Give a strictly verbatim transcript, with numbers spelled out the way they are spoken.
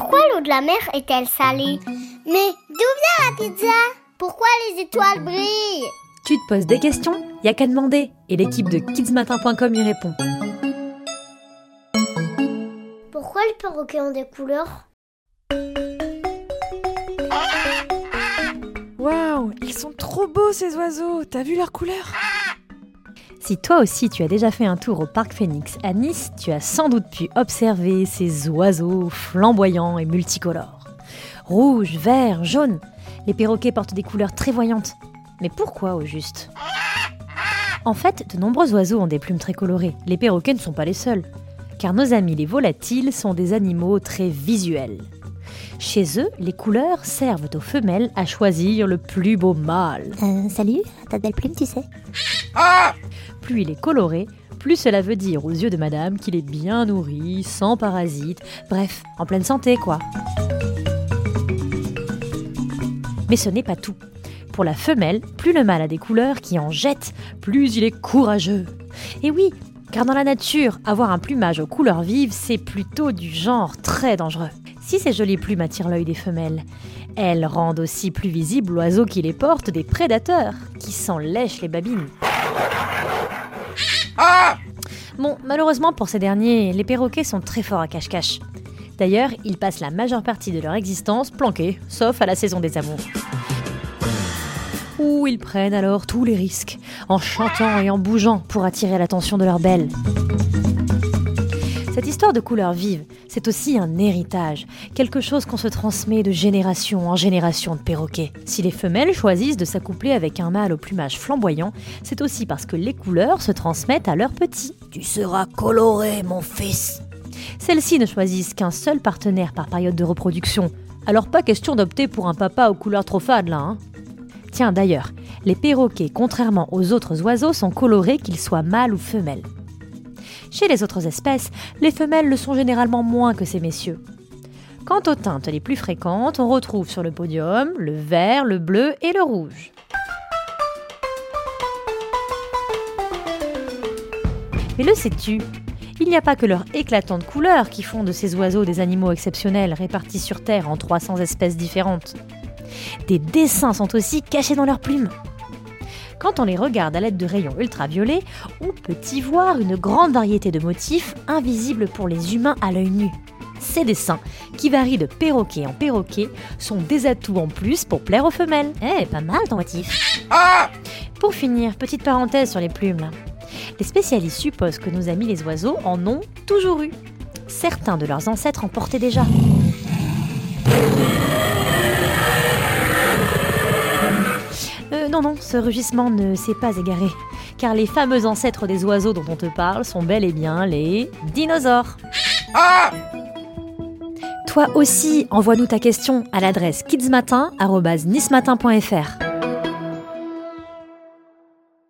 Pourquoi l'eau de la mer est-elle salée? Mais d'où vient la pizza? Pourquoi les étoiles brillent? Tu te poses des questions? Y a qu'à demander, et l'équipe de kids matin point com y répond. Pourquoi les perroquets ont des couleurs? Waouh, ils sont trop beaux ces oiseaux, t'as vu leurs couleurs? Si toi aussi tu as déjà fait un tour au Parc Phoenix à Nice, tu as sans doute pu observer ces oiseaux flamboyants et multicolores. Rouge, vert, jaune, les perroquets portent des couleurs très voyantes. Mais pourquoi au juste? En fait, de nombreux oiseaux ont des plumes très colorées. Les perroquets ne sont pas les seuls, car nos amis les volatiles sont des animaux très visuels. Chez eux, les couleurs servent aux femelles à choisir le plus beau mâle. Euh, salut, t'as de belles plumes, tu sais. Plus il est coloré, plus cela veut dire aux yeux de madame qu'il est bien nourri, sans parasites, bref, en pleine santé quoi. Mais ce n'est pas tout. Pour la femelle, plus le mâle a des couleurs qui en jettent, plus il est courageux. Et oui, car dans la nature, avoir un plumage aux couleurs vives, c'est plutôt du genre très dangereux. Si ces jolies plumes attirent l'œil des femelles, elles rendent aussi plus visibles l'oiseau qui les porte des prédateurs, qui s'en lèchent les babines. Bon, malheureusement pour ces derniers, les perroquets sont très forts à cache-cache. D'ailleurs, ils passent la majeure partie de leur existence planqués, sauf à la saison des amours. Où ils prennent alors tous les risques, en chantant et en bougeant pour attirer l'attention de leur belle. Cette histoire de couleurs vives, c'est aussi un héritage, quelque chose qu'on se transmet de génération en génération de perroquets. Si les femelles choisissent de s'accoupler avec un mâle au plumage flamboyant, c'est aussi parce que les couleurs se transmettent à leurs petits. Tu seras coloré, mon fils. Celles-ci ne choisissent qu'un seul partenaire par période de reproduction, alors pas question d'opter pour un papa aux couleurs trop fades là, hein. Tiens d'ailleurs, les perroquets, contrairement aux autres oiseaux, sont colorés qu'ils soient mâles ou femelles. Chez les autres espèces, les femelles le sont généralement moins que ces messieurs. Quant aux teintes les plus fréquentes, on retrouve sur le podium le vert, le bleu et le rouge. Mais le sais-tu ? Il n'y a pas que leur éclatante couleur qui font de ces oiseaux des animaux exceptionnels répartis sur Terre en trois cents espèces différentes. Des dessins sont aussi cachés dans leurs plumes. Quand on les regarde à l'aide de rayons ultraviolets, on peut y voir une grande variété de motifs invisibles pour les humains à l'œil nu. Ces dessins, qui varient de perroquet en perroquet, sont des atouts en plus pour plaire aux femelles. Eh, pas mal ton motif. Pour finir, petite parenthèse sur les plumes là. Les spécialistes supposent que nos amis les oiseaux en ont toujours eu. Certains de leurs ancêtres en portaient déjà. Euh, non, non, ce rugissement ne s'est pas égaré, car les fameux ancêtres des oiseaux dont on te parle sont bel et bien les dinosaures. Ah Toi aussi, envoie-nous ta question à l'adresse kidsmatin arobase nice matin point f r.